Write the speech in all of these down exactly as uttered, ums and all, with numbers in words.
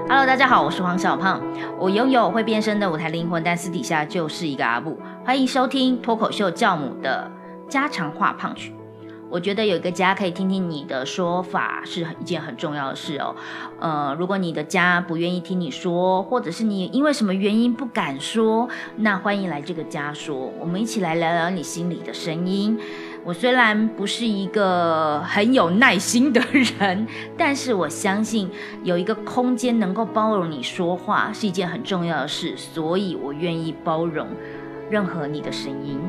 Hello， 大家好，我是黄小胖。我拥有会变身的舞台灵魂，但私底下就是一个阿布。欢迎收听脱口秀教母的家常话胖曲。我觉得有一个家可以听听你的说法是一件很重要的事哦。呃，如果你的家不愿意听你说，或者是你因为什么原因不敢说，那欢迎来这个家说，我们一起来聊聊你心里的声音。我虽然不是一个很有耐心的人，但是我相信有一个空间能够包容你说话是一件很重要的事，所以我愿意包容任何你的声音。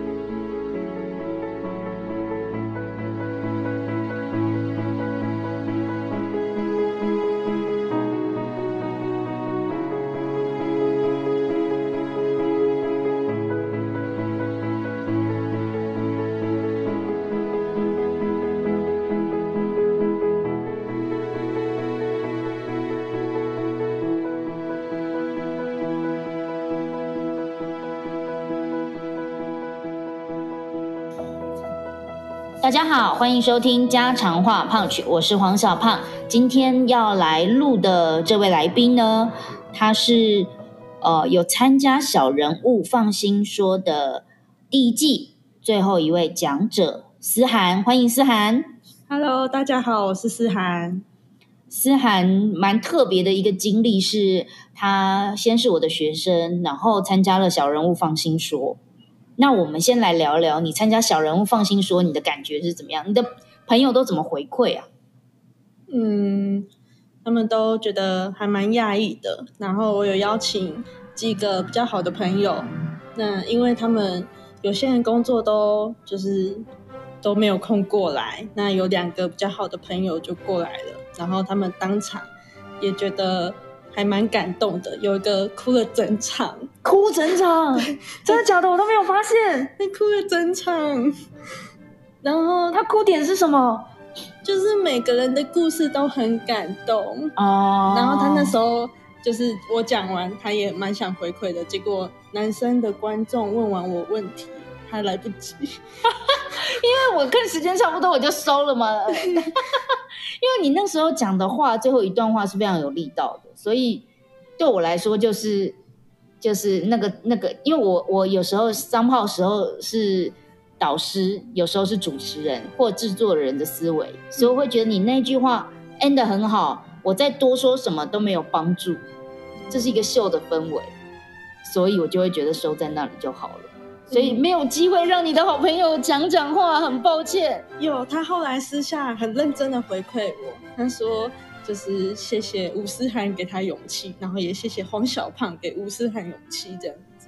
大家好，欢迎收听家常话胖曲，我是黄小胖。今天要来录的这位来宾呢，他是呃有参加小人物放心说的第一季最后一位讲者思涵，欢迎思涵。 Hello， 大家好，我是思涵。 思涵蛮特别的一个经历是，他先是我的学生，然后参加了小人物放心说。那我们先来聊聊你参加小人物放心说你的感觉是怎么样？你的朋友都怎么回馈啊？ 嗯，他们都觉得还蛮讶异的。然后我有邀请几个比较好的朋友，那因为他们有些人工作都就是都没有空过来，那有两个比较好的朋友就过来了，然后他们当场也觉得还蛮感动的，有一个哭了整场。 哭整场？真的假的？我都没有发现。 他哭了整场。然后他哭点是什么？ 就是每个人的故事都很感动哦。 然后他那时候就是我讲完，他也蛮想回馈的，结果男生的观众问完我问题，他来不及。因为我看时间差不多，我就收了嘛。因为你那时候讲的话，最后一段话是非常有力道的，所以对我来说就是就是那个那个，因为我我有时候商炮时候是导师，有时候是主持人或制作人的思维，所以我会觉得你那句话 end 得很好，我再多说什么都没有帮助，这是一个秀的氛围，所以我就会觉得收在那里就好了。所以没有机会让你的好朋友讲讲话，很抱歉。 有，他后来私下很认真的回馈我，他说就是谢谢吴思涵给他勇气，然后也谢谢黄小胖给吴思涵勇气，这样子。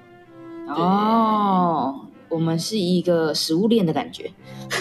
哦，我们是一个食物链的感觉。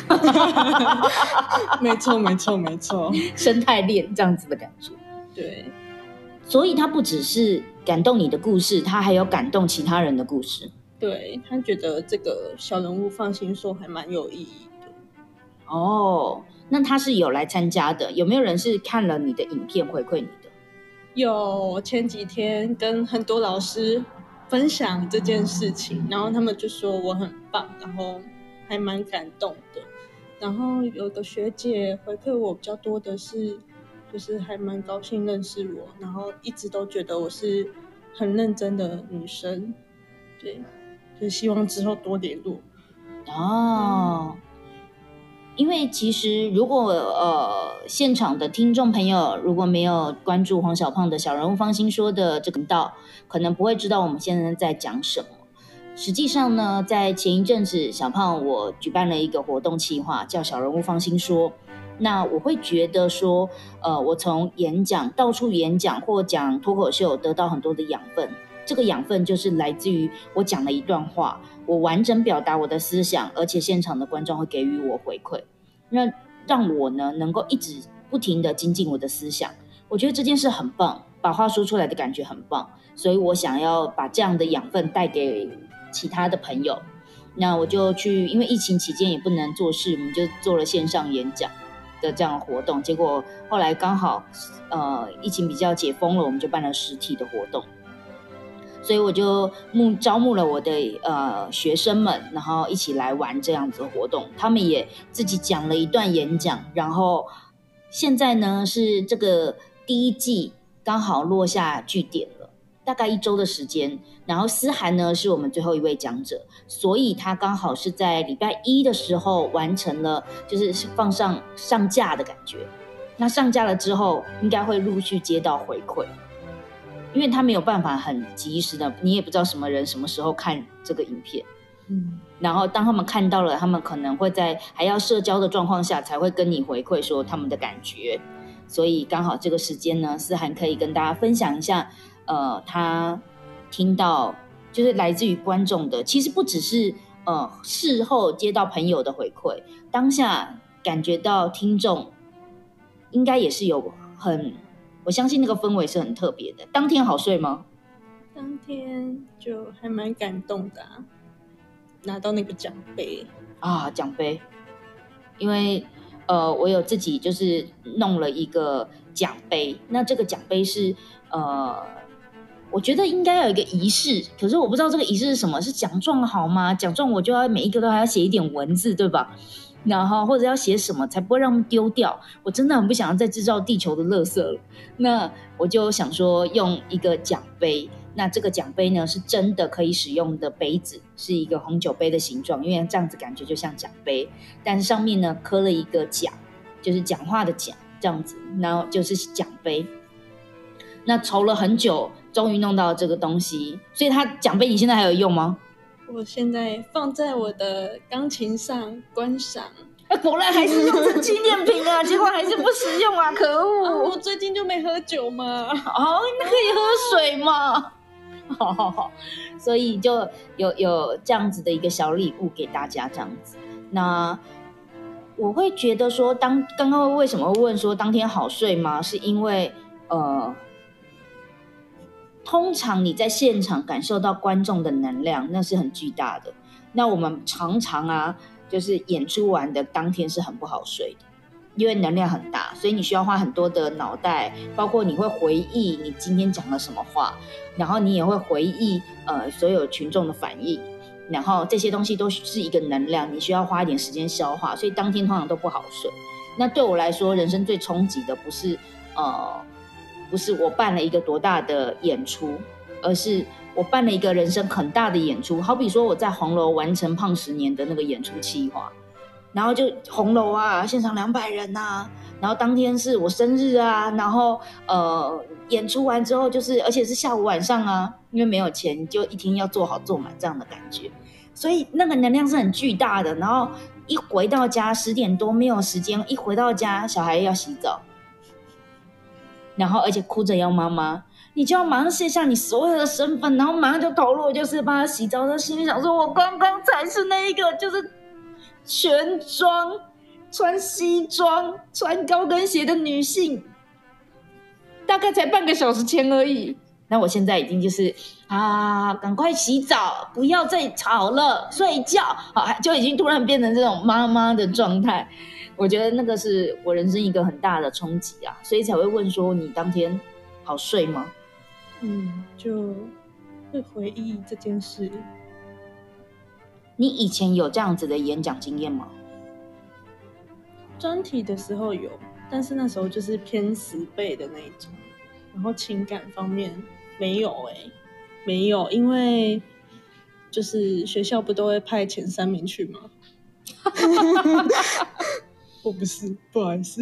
没错没错没错， 生态链这样子的感觉。 对， 所以他不只是感动你的故事，他还有感动其他人的故事。 对，他觉得这个小人物放心说还蛮有意义的。 哦，那他是有来参加的，有没有人是看了你的影片回馈你的？ 有，前几天跟很多老师分享这件事情，然后他们就说我很棒，然后还蛮感动的。然后有个学姐回馈我比较多的是，就是还蛮高兴认识我，然后一直都觉得我是很认真的女生，对。就希望之后多联络哦、嗯，因为其实如果呃现场的听众朋友如果没有关注黄小胖的小人物放心说的这个频道，可能不会知道我们现在在讲什么。实际上呢，在前一阵子小胖我举办了一个活动企划，叫小人物放心说。那我会觉得说，呃，我从演讲到处演讲或讲脱口秀得到很多的养分。这个养分就是来自于我讲了一段话，我完整表达我的思想，而且现场的观众会给予我回馈，那让我呢能够一直不停的精进我的思想。我觉得这件事很棒，把话说出来的感觉很棒，所以我想要把这样的养分带给其他的朋友。那我就去，因为疫情期间也不能做事，我们就做了线上演讲的这样的活动。结果后来刚好呃疫情比较解封了，我们就办了实体的活动。所以我就募招募了我的呃学生们，然后一起来玩这样子的活动。他们也自己讲了一段演讲，然后现在呢是这个第一季刚好落下句点了，大概一周的时间。然后思涵呢是我们最后一位讲者，所以他刚好是在礼拜一的时候完成了，就是放上上架的感觉。那上架了之后，应该会陆续接到回馈，因为他没有办法很及时的，你也不知道什么人什么时候看这个影片。嗯，然后当他们看到了，他们可能会在还要社交的状况下才会跟你回馈说他们的感觉，所以刚好这个时间呢，思涵可以跟大家分享一下，呃，他听到就是来自于观众的，其实不只是呃事后接到朋友的回馈，当下感觉到听众应该也是有很，我相信那个氛围是很特别的。当天好睡吗？ 当天就还蛮感动的啊。拿到那个奖杯啊，奖杯，因为呃，我有自己就是弄了一个奖杯，那这个奖杯是呃，我觉得应该有一个仪式，可是我不知道这个仪式是什么，是奖状好吗？奖状我就要每一个都还要写一点文字，对吧？然后或者要写什么才不会让他们丢掉？我真的很不想要再制造地球的垃圾了，那我就想说用一个奖杯。那这个奖杯呢，是真的可以使用的杯子，是一个红酒杯的形状，因为这样子感觉就像奖杯，但是上面呢刻了一个奖，就是讲话的奖，这样子，然后就是奖杯。那筹了很久，终于弄到这个东西，所以它奖杯你现在还有用吗？ 我现在放在我的钢琴上观赏。 啊、果然还是用成纪念品啊，结果还是不实用啊，可恶、 啊！我最近就没喝酒嘛。 哦，那可以喝水嘛。好好好，所以就有有这样子的一个小礼物给大家，这样子。那我会觉得说，当刚刚为什么会问说当天好睡吗？是因为呃，通常你在现场感受到观众的能量，那是很巨大的。那我们常常啊，就是演出完的当天是很不好睡的。因为能量很大，所以你需要花很多的脑袋，包括你会回忆你今天讲了什么话，然后你也会回忆呃所有群众的反应，然后这些东西都是一个能量，你需要花一点时间消化，所以当天通常都不好睡。那对我来说，人生最冲击的不是呃不是我办了一个多大的演出，而是我办了一个人生很大的演出，好比说我在红楼完成胖十年的那个演出企划。然后就红楼啊，现场两百人啊，然后当天是我生日啊，然后呃演出完之后就是，而且是下午晚上啊，因为没有钱，就一天要做好做满这样的感觉，所以那个能量是很巨大的。然后一回到家十点多没有时间，一回到家小孩要洗澡，然后而且哭着要妈妈，你就要马上卸下你所有的身份，然后马上就投入，就是帮他洗澡。在心里想说，我刚刚才是那一个就是。全妆穿西装穿高跟鞋的女性，大概才半个小时前而已。那我现在已经就是啊，赶快洗澡，不要再吵了，睡觉，好，就已经突然变成这种妈妈的状态。我觉得那个是我人生一个很大的冲击啊，所以才会问说，你当天好睡吗？ 嗯，就会回忆这件事。 你以前有这样子的演讲经验吗？ 专题的时候有，但是那时候就是偏死背的那一种，然后情感方面没有哎、欸，没有，因为就是学校不都会派前三名去吗？我不是，不好意思。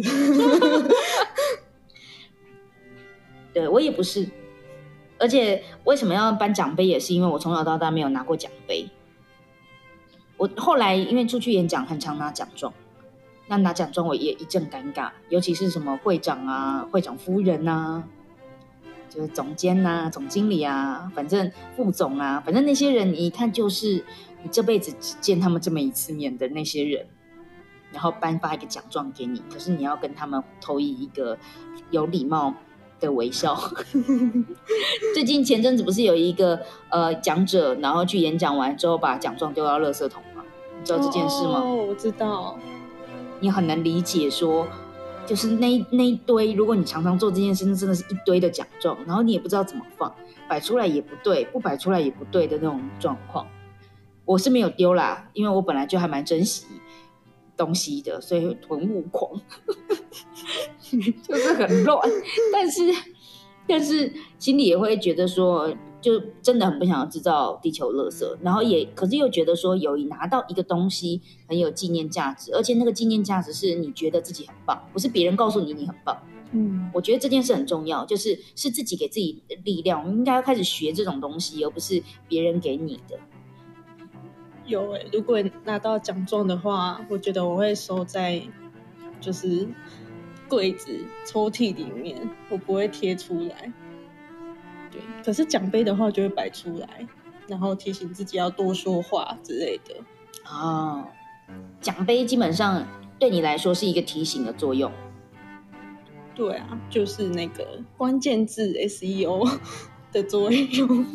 对，我也不是，而且为什么要颁奖杯，也是因为我从小到大没有拿过奖杯。我后来因为出去演讲很常拿奖状，那拿奖状我也一阵尴尬，尤其是什么会长啊、会长夫人啊，就是总监啊、总经理啊，反正副总啊，反正那些人你一看就是你这辈子只见他们这么一次面的那些人，然后颁发一个奖状给你，可是你要跟他们投以一个有礼貌的微笑。最近前阵子不是有一个呃讲者，然后去演讲完之后把奖状丢到垃圾桶吗？你知道这件事吗？ 哦，我知道。 你很难理解说，就是那那一堆，如果你常常做这件事，那真的是一堆的奖状，然后你也不知道怎么放，摆出来也不对，不摆出来也不对的那种状况。我是没有丢啦，因为我本来就还蛮珍惜东西的，所以囤物狂就是很乱。但是但是心里也会觉得说，就真的很不想要制造地球垃圾，然后也可是又觉得说，有拿到一个东西很有纪念价值，而且那个纪念价值是你觉得自己很棒，不是别人告诉你你很棒。嗯，我觉得这件事很重要，就是是自己给自己的力量，我们应该要开始学这种东西，而不是别人给你的。 有诶、欸，如果拿到奖状的话，我觉得我会收在就是柜子抽屉里面，我不会贴出来。对，可是奖杯的话就会摆出来，然后提醒自己要多说话之类的。 哦，奖杯基本上对你来说是一个提醒的作用。 对啊，就是那个关键字 S E O 的作用。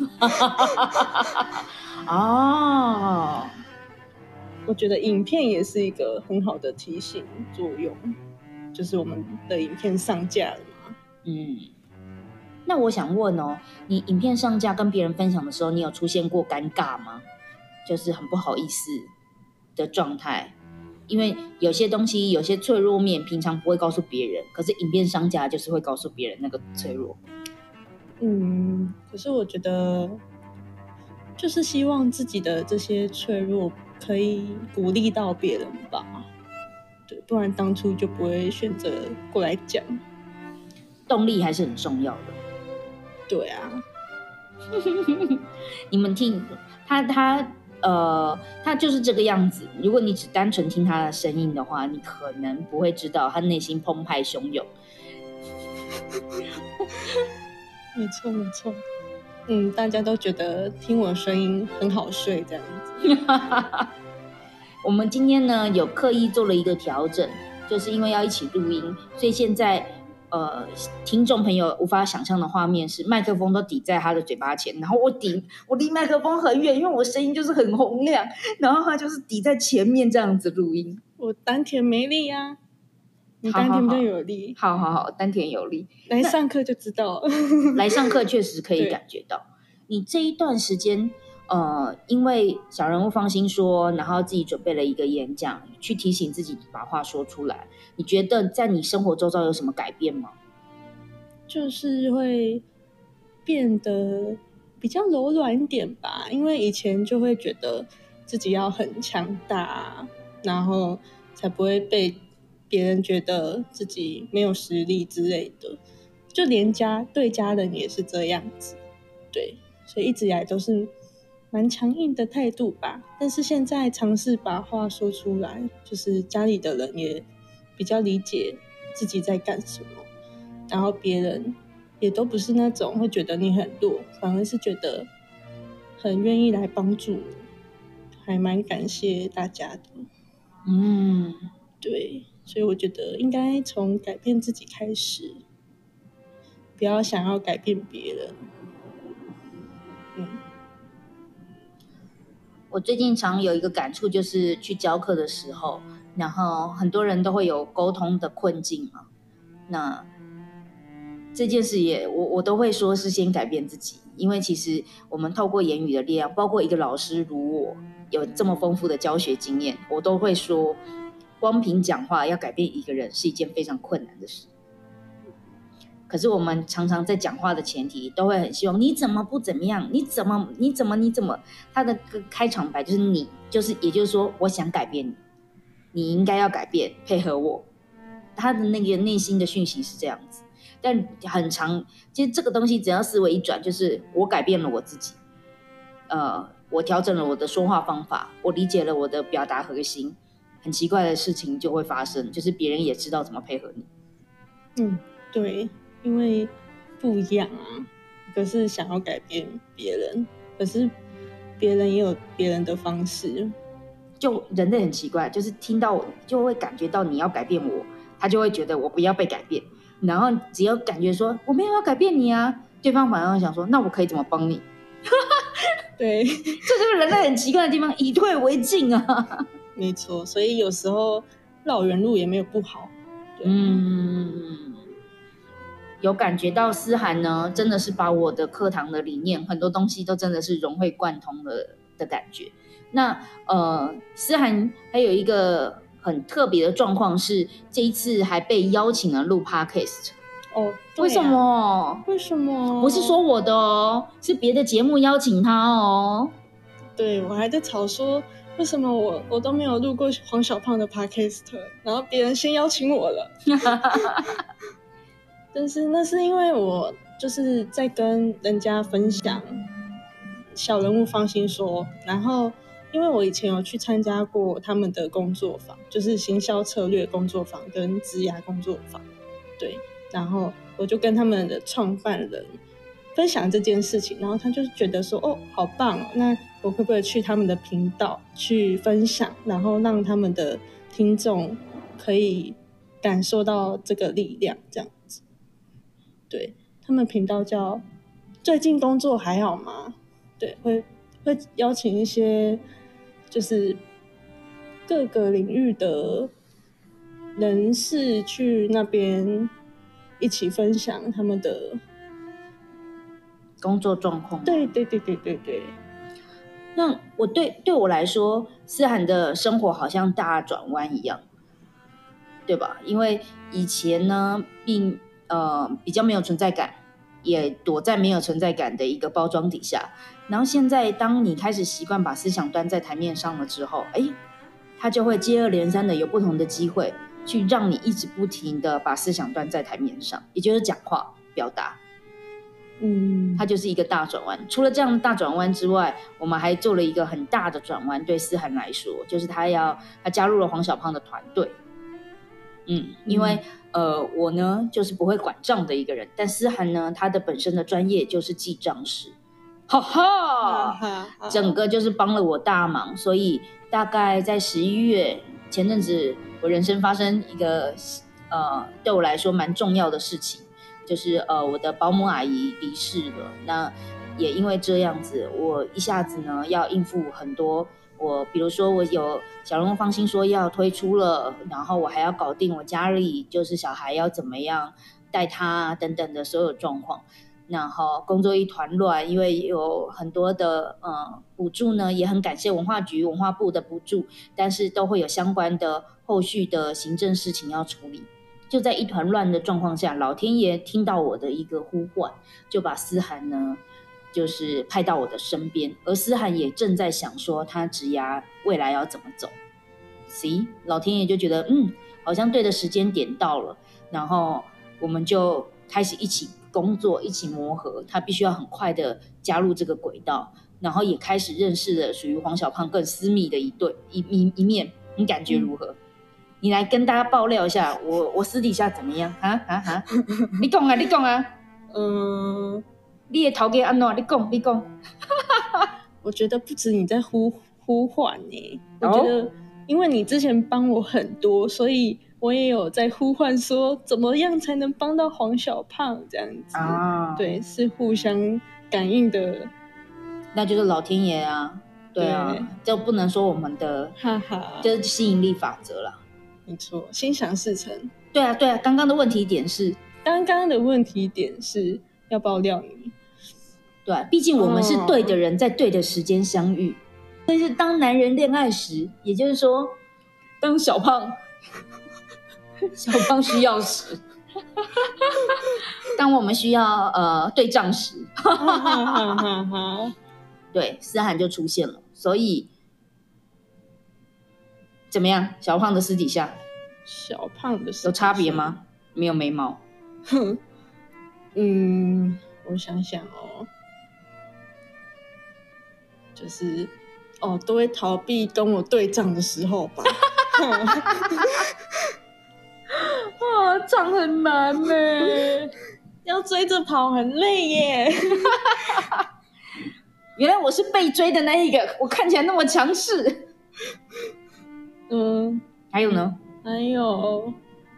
哦， 我觉得影片也是一个很好的提醒作用，就是我们的影片上架了嘛。 嗯，那我想问哦，你影片上架跟别人分享的时候，你有出现过尴尬吗？就是很不好意思的状态？因为有些东西，有些脆弱面，平常不会告诉别人，可是影片上架就是会告诉别人那个脆弱。 嗯，可是我觉得，就是希望自己的这些脆弱可以鼓励到别人吧。对，不然当初就不会选择过来讲。 动力还是很重要的。 对啊， 你们听他他。呃，他就是这个样子。如果你只单纯听他的声音的话，你可能不会知道他内心澎湃汹涌。 没错没错，嗯，大家都觉得听我的声音很好睡这样子。 我们今天呢有刻意做了一个调整，就是因为要一起录音，所以现在呃，听众朋友无法想象的画面是麦克风都抵在他的嘴巴前，然后我抵我离麦克风很远，因为我声音就是很洪亮，然后他就是抵在前面这样子录音。 我丹田没力啊，你丹田比较有力。 好好好，丹田有力， 来上课就知道。 来上课确实可以感觉到，你这一段时间。呃，因为小人物放心说，然后自己准备了一个演讲，去提醒自己把话说出来。你觉得在你生活周遭有什么改变吗？ 就是会变得比较柔软一点吧，因为以前就会觉得自己要很强大，然后才不会被别人觉得自己没有实力之类的，就连家对家人也是这样子。对，所以一直以来都是蛮强硬的态度吧，但是现在尝试把话说出来，就是家里的人也比较理解自己在干什么，然后别人也都不是那种会觉得你很弱，反而是觉得很愿意来帮助你，还蛮感谢大家的。 嗯， 对，所以我觉得应该从改变自己开始，不要想要改变别人。嗯。 我最近常有一个感触，就是去教课的时候，然后很多人都会有沟通的困境嘛。那这件事也我我都会说是先改变自己，因为其实我们透过言语的力量，包括一个老师如我有这么丰富的教学经验，我都会说，光凭讲话要改变一个人是一件非常困难的事。可是我们常常在讲话的前提都会很希望你怎么不怎么样，你怎么你怎么你怎么，他的开场白就是你，就是也就是说我想改变你，你应该要改变，配合我。他的那个内心的讯息是这样子，但很长，其实这个东西只要思维一转，就是我改变了我自己，呃，我调整了我的说话方法，我理解了我的表达核心，很奇怪的事情就会发生，就是别人也知道怎么配合你。 嗯，对。因为不一样啊，可是想要改变别人，可是别人也有别人的方式。 就人类很奇怪，就是听到就会感觉到你要改变我，他就会觉得我不要被改变，然后只要感觉说我没有要改变你啊，对方反而会想说那我可以怎么帮你？ 对， 这就是人类很奇怪的地方，以退为进啊。 没错，所以有时候绕远路也没有不好。 嗯。有感觉到思涵呢，真的是把我的课堂的理念很多东西都真的是融会贯通的的感觉。那呃，思涵还有一个很特别的状况是，这一次还被邀请了录 podcast。 哦，对啊为什么？ 为什么？ 不是说我的哦，是别的节目邀请他哦。 对，我还在吵说为什么我我都没有录过黄小胖的 podcast， 然后别人先邀请我了。但是那是因为我就是在跟人家分享小人物放心说，然后因为我以前有去参加过他们的工作坊，就是行销策略工作坊跟职涯工作坊，对，然后我就跟他们的创办人分享这件事情，然后他就觉得说，哦，好棒哦，那我可不可以去他们的频道去分享，然后让他们的听众可以感受到这个力量，这样子。对，他们频道叫最近工作还好吗？对，会会邀请一些就是各个领域的人士去那边一起分享他们的工作状况。 对对对对对对。 那我对对我来说，思涵的生活好像大转弯一样，对吧？因为以前呢，并呃比较没有存在感，也躲在没有存在感的一个包装底下。然后现在，当你开始习惯把思想端在台面上了之后，哎，它就会接二连三的有不同的机会，去让你一直不停的把思想端在台面上，也就是讲话表达。 嗯， 它就是一个大转弯。除了这样的大转弯之外，我们还做了一个很大的转弯，对思涵来说，就是他要他加入了黄小胖的团队。嗯，因为、嗯、呃，我呢就是不会管账的一个人，但思涵呢，他的本身的专业就是记账师，哈哈， 哈哈整个就是帮了我大忙。所以大概在十一月前阵子，我人生发生一个呃，对我来说蛮重要的事情。就是呃，我的保姆阿姨离世了，那也因为这样子，我一下子呢要应付很多，我比如说我有小人物放心说要推出了，然后我还要搞定我家里就是小孩要怎么样带他等等的所有状况，然后工作一团乱，因为有很多的呃补助呢，也很感谢文化局文化部的补助，但是都会有相关的后续的行政事情要处理。就在一团乱的状况下，老天爷听到我的一个呼唤，就把思涵呢，就是派到我的身边。而思涵也正在想说，他职涯未来要怎么走。See， 老天爷就觉得，嗯，好像对的时间点到了，然后我们就开始一起工作，一起磨合。他必须要很快的加入这个轨道，然后也开始认识了属于黄小胖更私密的一对一一一面。你感觉如何？嗯，你来跟大家爆料一下，我我私底下怎么样？哈哈哈！你讲啊，你讲啊， 嗯， 你的头家安怎？你讲，你讲。 我觉得不止你在呼呼唤呢，我觉得因为你之前帮我很多，所以我也有在呼唤说，怎么样才能帮到黄小胖这样子啊？对，是互相感应的， 那就是老天爷啊，对啊，对，就不能说我们的， 哈哈， 就是吸引力法则啦。 没错，心想事成。 对啊，对啊，刚刚的问题点是， 刚刚的问题点是要爆料你， 对啊，毕竟我们是对的人，在对的时间相遇。但是当男人恋爱时，也就是说，当小胖小胖需要时，当我们需要呃对账时，对，思涵就出现了。所以怎么样？小胖的私底下， 小胖的私底下有差别吗？没有眉毛。 哼，嗯，我想想哦，就是哦，都会逃避跟我对账的时候吧。 啊，账很难呢， 要追着跑很累耶。 原来我是被追的那一个，我看起来那么强势。 嗯， 还有呢？ 还有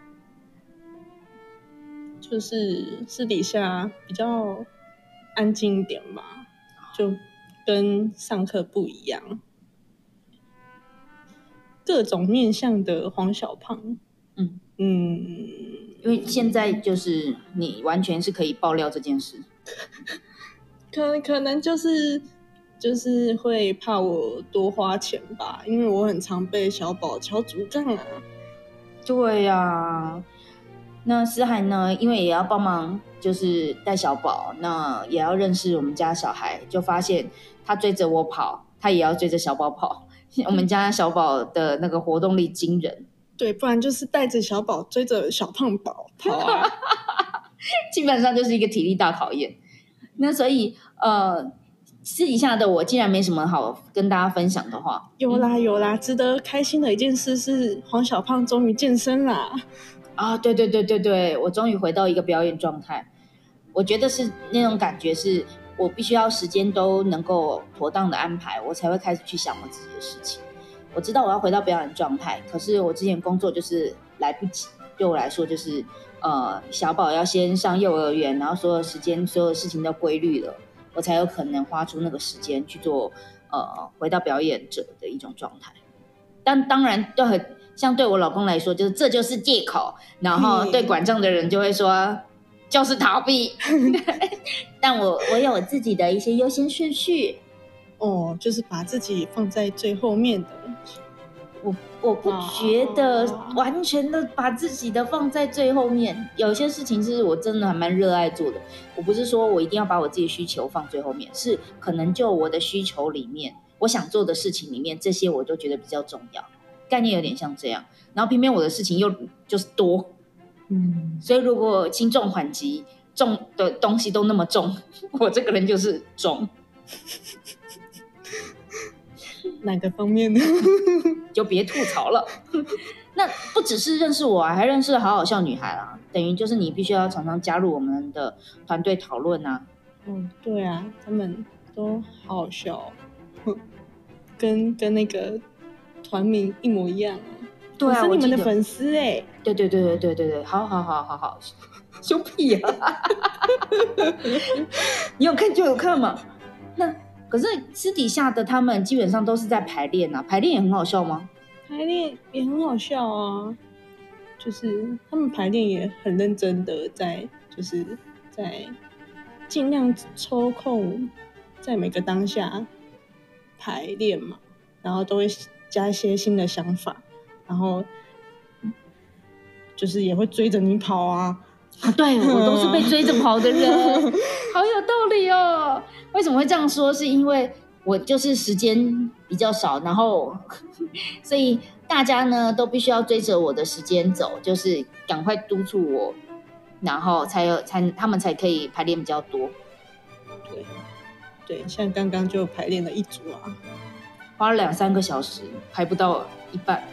就是私底下比较安静一点吧，就跟上课不一样，各种面向的黄小胖。 嗯嗯， 因为现在就是你完全是可以爆料这件事。 可可能就是就是会怕我多花钱吧，因为我很常被小宝敲竹杠啊。 对呀、啊， 那思涵呢，因为也要帮忙，就是带小宝，那也要认识我们家小孩，就发现他追着我跑，他也要追着小宝跑。我们家小宝的那个活动力惊人， 对，不然就是带着小宝追着小胖宝跑啊， 基本上就是一个体力大考验。那所以呃，私底下的我竟然没什么好跟大家分享的话， 有啦有啦，值得开心的一件事是黄小胖终于健身啦。 啊，对对对对对，我终于回到一个表演状态。我觉得是那种感觉是，我必须要时间都能够妥当的安排，我才会开始去想我自己的事情。我知道我要回到表演状态，可是我之前工作就是来不及，对我来说就是呃，小宝要先上幼儿园，然后所有时间所有事情都规律了，我才有可能花出那个时间去做呃回到表演者的一种状态。但当然都很像对我老公来说，就是这就是借口，然后对管账的人就会说就是逃避。但我我有我自己的一些优先顺序。 哦，就是把自己放在最后面的。 我我不觉得完全的把自己的放在最后面，有些事情是我真的还蛮热爱做的。我不是说我一定要把我自己的需求放最后面，是可能就我的需求里面，我想做的事情里面，这些我都觉得比较重要。概念有点像这样，然后偏偏我的事情又就是多，嗯，所以如果轻重缓急，重的东西都那么重，我这个人就是重。 哪个方面呢？ 就别吐槽了。那不只是认识我啊，还认识了好好笑女孩啦。等于就是你必须要常常加入我们的团队讨论啊。 嗯，对啊，他们都好好笑哦，跟跟那个团名一模一样啊。 对啊， 我是你们的粉丝哎。 对对对对对对对，好好好好好，凶屁啊！你有看就有看嘛。那可是私底下的他们基本上都是在排练啊，排练也很好笑吗？ 排练也很好笑啊，就是他们排练也很认真的在，就是在尽量抽空在每个当下排练嘛，然后都会加一些新的想法，然后就是也会追着你跑啊。 啊，对，我都是被追着跑的人，好有道理哦。为什么会这样说？是因为我就是时间比较少，然后所以大家呢都必须要追着我的时间走，就是赶快督促我，然后才有才他们才可以排练比较多。 对对，像刚刚就排练了一组啊， 花了两三个小时，排不到一半。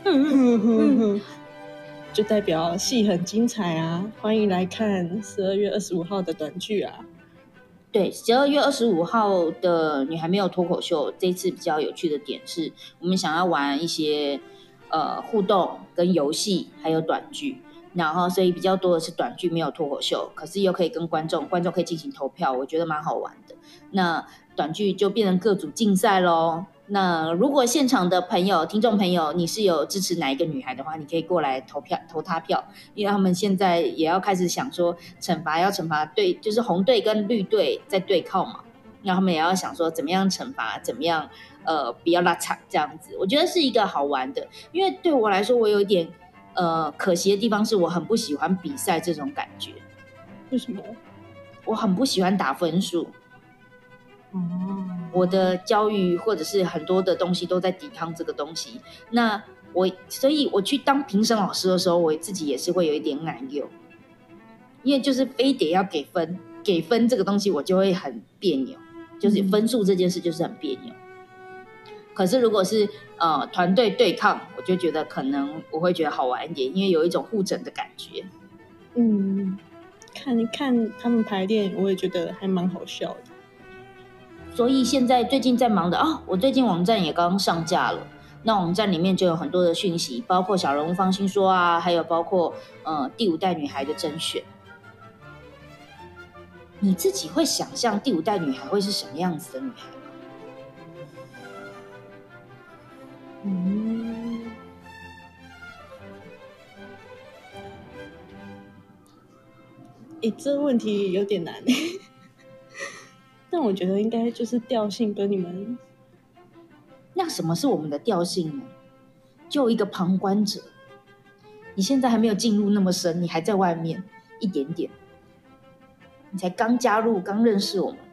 就代表戏很精彩啊！欢迎来看十二月二十五号的短剧啊！ 对，十二月二十五号的女孩没有脱口秀，这次比较有趣的点是我们想要玩一些呃互动跟游戏，还有短剧，然后所以比较多的是短剧，没有脱口秀，可是又可以跟观众，观众可以进行投票，我觉得蛮好玩的。那短剧就变成各组竞赛咯。那如果现场的朋友、听众朋友，你是有支持哪一个女孩的话，你可以过来投票投她票，因为他们现在也要开始想说惩罚要惩罚对，就是红队跟绿队在对抗嘛，那他们也要想说怎么样惩罚，怎么样呃不要拉惨这样子，我觉得是一个好玩的，因为对我来说，我有一点呃可惜的地方是我很不喜欢比赛这种感觉。 为什么？ 我很不喜欢打分数。 哦， 我的教育或者是很多的东西都在抵抗这个东西。那我，所以我去当评审老师的时候，我自己也是会有一点难忧，因为就是非得要给分，给分这个东西我就会很别扭，就是分数这件事就是很别扭。嗯、可是如果是呃团队对抗，我就觉得可能我会觉得好玩一点，因为有一种互整的感觉。 嗯，看看他们排练，我也觉得还蛮好笑的。 所以现在最近在忙的啊，我最近网站也刚上架了。那网站里面就有很多的讯息，包括小人物放心说啊，还有包括呃第五代女孩的甄选。你自己会想象第五代女孩会是什么样子的女孩吗？ 嗯，诶，这个问题有点难诶。但我觉得应该就是调性跟你们。 那什么是我们的调性呢？就一个旁观者， 你现在还没有进入那么深，你还在外面一点点，你才刚加入，刚认识我们，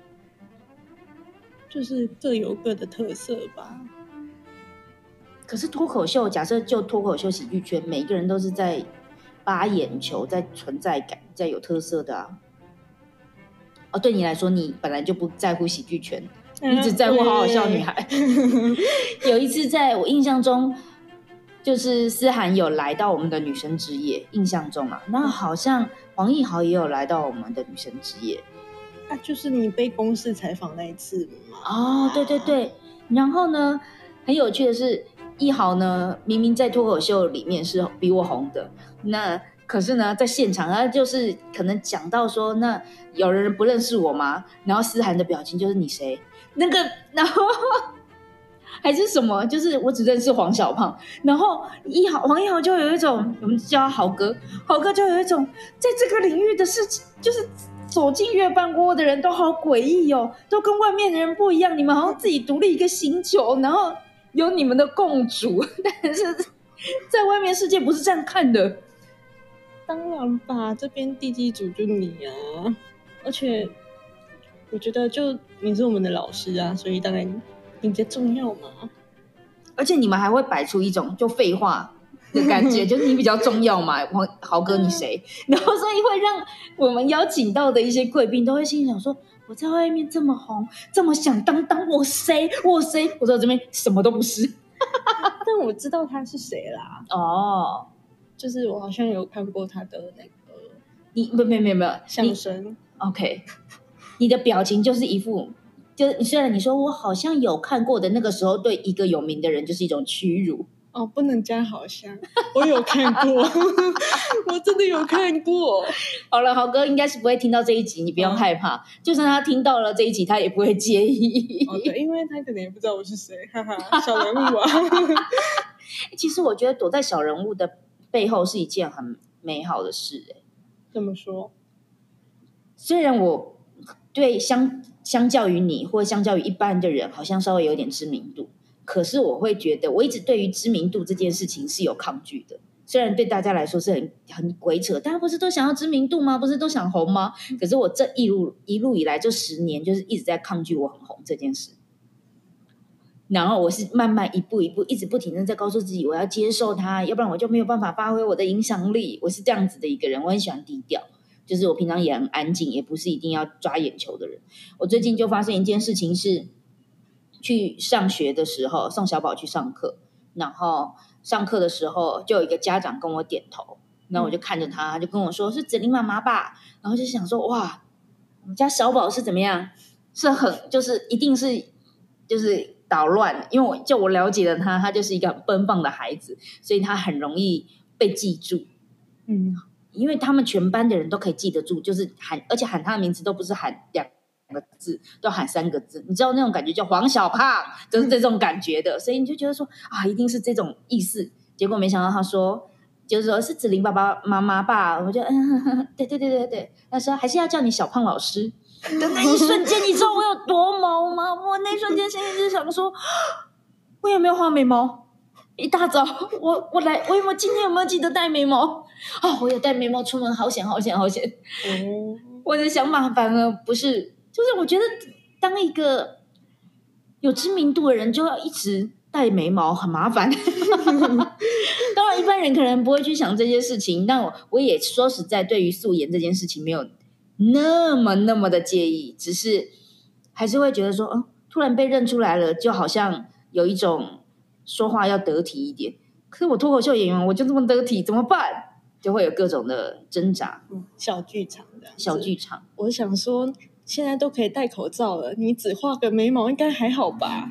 就是各有各的特色吧。 可是脱口秀，假设就脱口秀喜剧圈，每一个人都是在扒眼球，在存在感，在有特色的啊。哦，对你来说，你本来就不在乎喜剧圈，你只在乎好好笑女孩。有一次，在我印象中，就是思涵有来到我们的女生之夜，印象中啊，那好像黄义豪也有来到我们的女生之夜。 啊，就是你被公视采访那一次嘛。 哦，对对对。然后呢，很有趣的是，义豪呢，明明在脱口秀里面是比我红的，那可是呢，在现场他就是可能讲到说，那有人不认识我吗？然后思涵的表情就是你谁？那个，然后还是什么？就是我只认识黄小胖。然后一豪黄一豪就有一种，我们叫他豪哥，豪哥就有一种在这个领域的事情，就是走进月半锅的人都好诡异哦，都跟外面的人不一样。你们好像自己独立一个星球，然后有你们的共主，但是在外面世界不是这样看的。 当然吧，这边地基组就你啊，而且我觉得就你是我们的老师啊，所以当然你比较重要嘛。 而且你们还会摆出一种就废话的感觉，就是你比较重要嘛，豪哥你谁？然后所以会让我们邀请到的一些贵宾都会心想说，我在外面这么红，这么响当当，我谁我谁？我在这边什么都不是。 但我知道他是谁啦。 哦， 就是我好像有看过他的那个， 你没没没没有相声。 OK， 你的表情就是一副，就虽然你说我好像有看过的，那个时候对一个有名的人就是一种屈辱。 哦，不能加好像，我有看过，我真的有看过。 好了，豪哥应该是不会听到这一集，你不用害怕。哦、就算他听到了这一集，他也不会介意。 哦，对，因为他可能也不知道我是谁，哈哈，小人物啊。 其实我觉得躲在小人物的背后是一件很美好的事、欸。 怎么说？ 虽然我对相相较于你，或相较于一般的人，好像稍微有点知名度。可是我会觉得，我一直对于知名度这件事情是有抗拒的。虽然对大家来说是很很鬼扯，大家不是都想要知名度吗？不是都想红吗？可是我这一路一路以来这十年，就是一直在抗拒我很红这件事。然后我是慢慢一步一步，一直不停的在告诉自己，我要接受它，要不然我就没有办法发挥我的影响力。我是这样子的一个人，我很喜欢低调，就是我平常也很安静，也不是一定要抓眼球的人。我最近就发生一件事情是，去上学的时候送小宝去上课，然后上课的时候就有一个家长跟我点头，然后我就看着他，他就跟我说是子琳妈妈吧，然后就想说哇，我们家小宝是怎么样，是很就是一定是就是捣乱，因为我就我了解的他，他就是一个很奔放的孩子，所以他很容易被记住。嗯，因为他们全班的人都可以记得住，就是喊，而且喊他的名字都不是喊两个字，都喊三个字，你知道那种感觉叫黄小胖，就是这种感觉的，所以你就觉得说啊，一定是这种意思。结果没想到他说，就是说是子琳爸爸妈妈吧，我就嗯，呵呵对对对对对，他说还是要叫你小胖老师。的那一瞬间，你知道我有多毛吗？我那一瞬间心里就想说，我有没有画眉毛？一大早，我我来，我有没有今天有没有记得带眉毛？哦，我有带眉毛出门，好险好险好险！哦，我的想法反而不是，就是我觉得当一个有知名度的人，就要一直带眉毛，很麻烦。当然，一般人可能不会去想这些事情，但我我也说实在，对于素颜这件事情没有那么那么的介意，只是还是会觉得说，哦，突然被认出来了，就好像有一种说话要得体一点。可是我脱口秀演员，我就这么得体，怎么办？就会有各种的挣扎。 嗯，小剧场的小剧场。我想说，现在都可以戴口罩了，你只画个眉毛应该还好吧？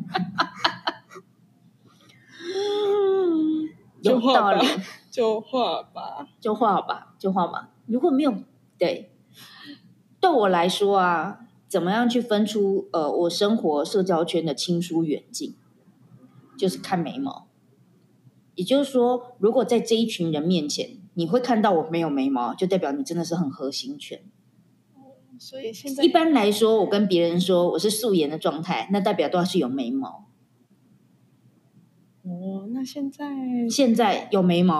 有道理， 就画吧， 就画吧，就画吧。如果没有，对，对我来说啊，怎么样去分出呃我生活社交圈的亲疏远近，就是看眉毛。也就是说，如果在这一群人面前，你会看到我没有眉毛，就代表你真的是很核心圈。 所以现在一般来说，我跟别人说我是素颜的状态，那代表都是有眉毛。 哦，那现在现在有眉毛，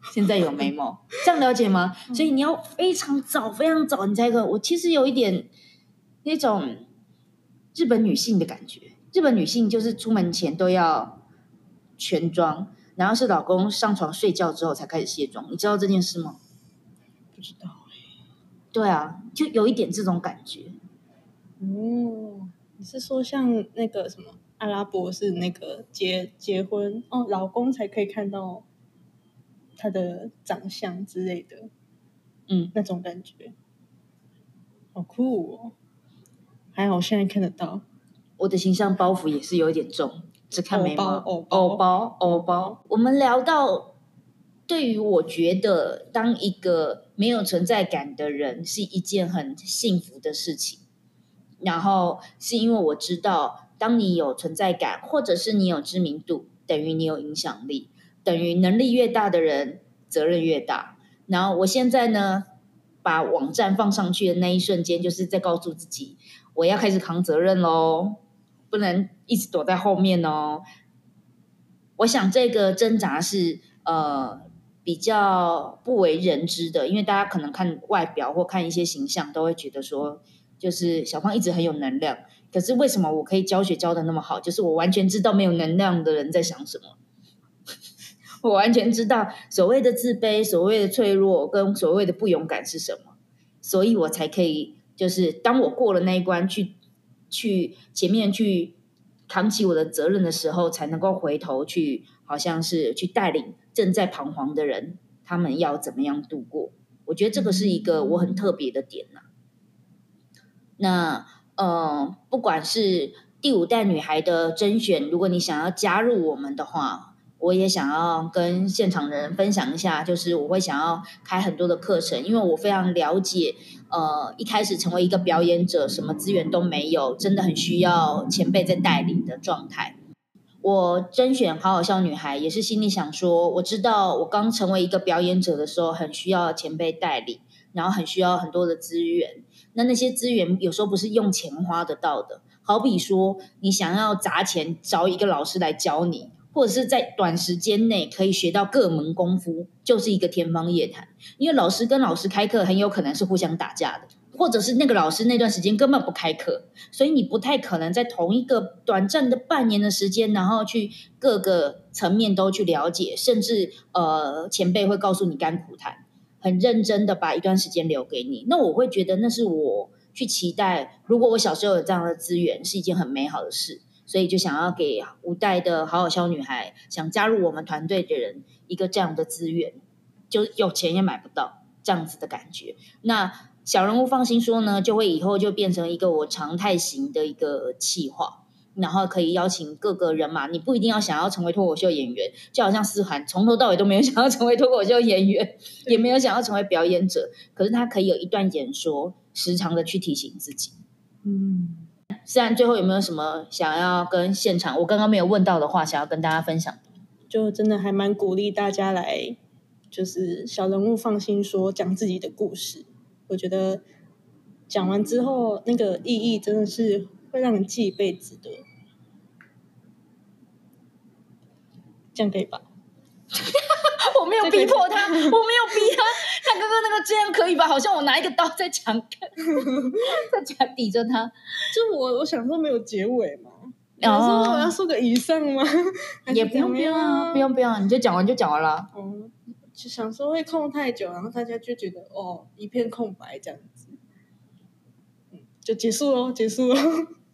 现在有 memo， 这样了解吗？所以你要非常早非常早你才可以。我其实有一点那种日本女性的感觉，日本女性就是出门前都要全妆，然后是老公上床睡觉之后才开始卸妆，你知道这件事吗？ 不知道欸。 对啊，就有一点这种感觉。 哦，你是说像那个什么阿拉伯是那个结结婚哦，老公才可以看到他的长相之类的， 嗯， 那种感觉，好酷哦！还好现在看得到。 我的形象包袱也是有一点重，只看眉毛， 偶包偶包，偶包。我们聊到，对于我觉得，当一个没有存在感的人是一件很幸福的事情。然后是因为我知道，当你有存在感，或者是你有知名度，等于你有影响力，等于能力越大的人，责任越大。然后我现在呢，把网站放上去的那一瞬间，就是在告诉自己，我要开始扛责任咯，不能一直躲在后面哦。我想这个挣扎是呃比较不为人知的，因为大家可能看外表或看一些形象，都会觉得说，就是小胖一直很有能量。可是为什么我可以教学教的那么好？就是我完全知道没有能量的人在想什么。我完全知道所谓的自卑、所谓的脆弱跟所谓的不勇敢是什么，所以我才可以，就是当我过了那一关，去去前面去扛起我的责任的时候，才能够回头去，好像是去带领正在彷徨的人，他们要怎么样度过。我觉得这个是一个我很特别的点呐、啊。那呃，不管是第五代女孩的甄选，如果你想要加入我们的话，我也想要跟现场的人分享一下，就是我会想要开很多的课程，因为我非常了解，呃，一开始成为一个表演者，什么资源都没有，真的很需要前辈在带领的状态。我甄选好好笑女孩，也是心里想说，我知道我刚成为一个表演者的时候，很需要前辈带领，然后很需要很多的资源。那那些资源有时候不是用钱花得到的，好比说你想要砸钱找一个老师来教你，或者是在短时间内可以学到各门功夫，就是一个天方夜谭。因为老师跟老师开课很有可能是互相打架的，或者是那个老师那段时间根本不开课，所以你不太可能在同一个短暂的半年的时间，然后去各个层面都去了解，甚至呃前辈会告诉你甘苦谈，很认真的把一段时间留给你。那我会觉得那是我去期待，如果我小时候有这样的资源，是一件很美好的事。所以就想要给五代的好好笑女孩，想加入我们团队的人一个这样的资源，就有钱也买不到这样子的感觉。那小人物放心说呢，就会以后就变成一个我常态型的一个企划，然后可以邀请各个人嘛，你不一定要想要成为脱口秀演员，就好像思涵从头到尾都没有想要成为脱口秀演员，也没有想要成为表演者，可是他可以有一段演说，时常的去提醒自己。 嗯。 思涵最后有没有什么想要跟现场我刚刚没有问到的话想要跟大家分享？ 就真的还蛮鼓励大家来，就是小人物放心说讲自己的故事。我觉得讲完之后那个意义真的是会让你记一辈子的。这样可以吧？ 我没有逼迫他，我没有逼他，他刚刚那个这样可以吧？好像我拿一个刀在墙在墙抵着他。 就我我想说没有结尾嘛，我说我要说个以上吗？ 也不用不用啊，不用不用，你就讲完就讲完了。 哦，就想说会空太久，然后大家就觉得哦一片空白这样子，嗯，就结束咯，结束咯。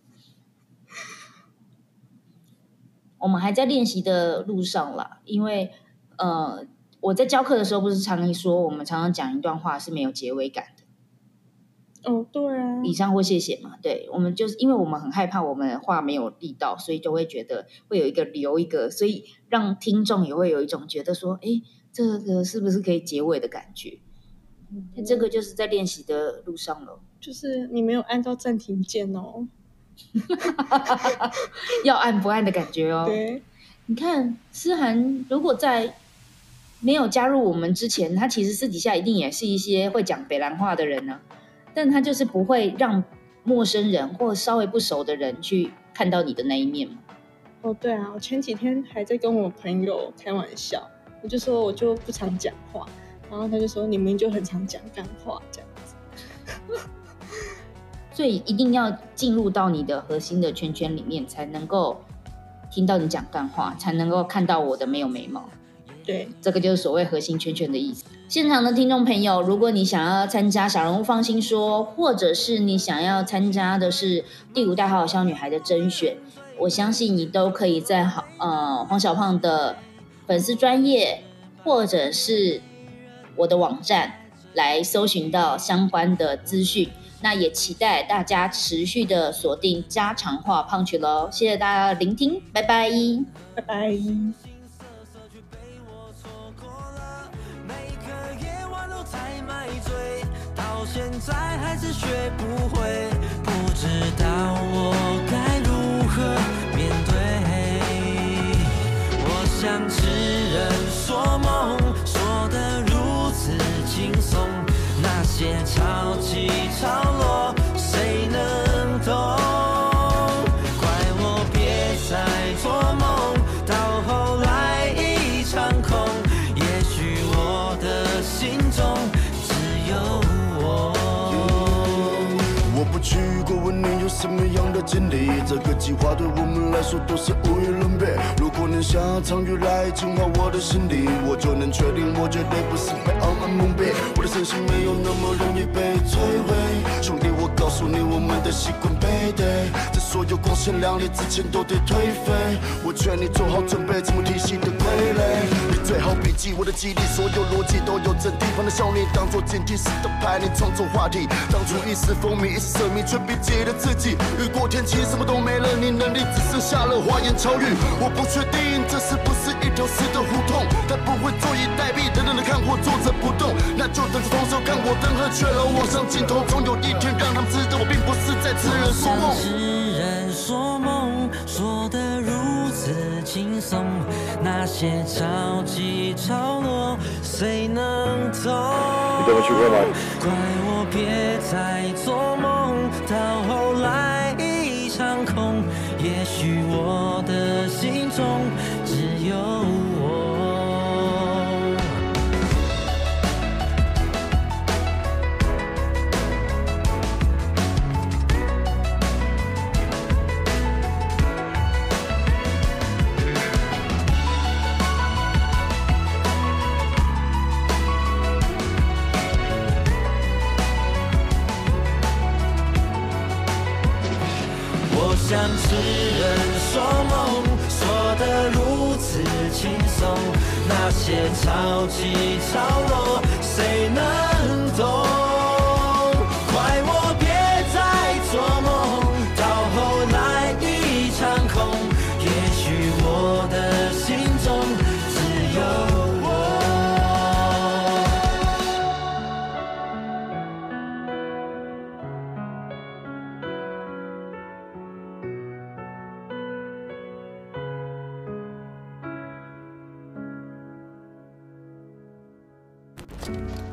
我们还在练习的路上啦，因为呃，我在教课的时候不是常说，我们常常讲一段话是没有结尾感的。 哦，对啊， 以上或谢谢嘛，对，我们就是因为我们很害怕我们的话没有力道，所以就会觉得会有一个留一个，所以让听众也会有一种觉得说，哎，这个是不是可以结尾的感觉？嗯、这个就是在练习的路上了。 就是你没有按到暂停键哦。 要按不按的感觉哦。 对， 你看思涵如果在没有加入我们之前，他其实私底下一定也是一些会讲北兰话的人呢、啊，但他就是不会让陌生人或稍微不熟的人去看到你的那一面嘛。 哦，对啊，我前几天还在跟我朋友开玩笑， 我就说我就不常讲话，然后他就说你们就很常讲干话这样子。 所以一定要进入到你的核心的圈圈里面，才能够听到你讲干话，才能够看到我的没有眉毛。 对， 这个就是所谓核心圈圈的意思。现场的听众朋友，如果你想要参加小人物放心说，或者是你想要参加的是第五代好好笑女孩的甄选，我相信你都可以在呃黄小胖的粉丝专页或者是我的网站来搜寻到相关的资讯。那也期待大家持续的锁定家常话胖曲喽，谢谢大家的聆听，拜拜， 拜拜。 到现在还是学不会，不知道我该如何面对。我像痴人说梦，说得如此轻松，那些潮起潮落，谁能懂？怪我别再做梦，到后来一场空。也许我的心中只有我不去过问你有什么样的经历，这个计划对我们来说都是无与伦比。如果能下场雨来净化我的心里，我就能确定我绝对不是被傲慢蒙蔽。我的身心没有那么容易被摧毁，兄弟，我告诉你，我们的习惯背对，在所有光鲜亮丽之前都得颓废。我劝你做好准备，字母体系的傀儡，你最好笔记我的记忆，所有逻辑都有正地方的笑你当作监听式的拍你创作话题，当初一时风靡一时奢靡，却逼急了自己。雨过天晴，什么都没了，你能力只剩下了花言巧语。我不确定这是不是一条死的胡同，但不会坐以待毙，等等的看我坐着不动，那就等着同手看我登鹤雀楼望向尽头，总有一天让他们知道我并不是在痴人说梦。 痴人说梦，说得如此轻松，那些潮起潮落，谁能懂？ 你跟我去过吗？ 怪我别再做梦，到后来一场空。也许我的心中只有我。像痴人说梦，说得如此轻松，那些潮起潮落，谁能懂？怪我别再做梦，到后来一场空。也许我的心中只有我。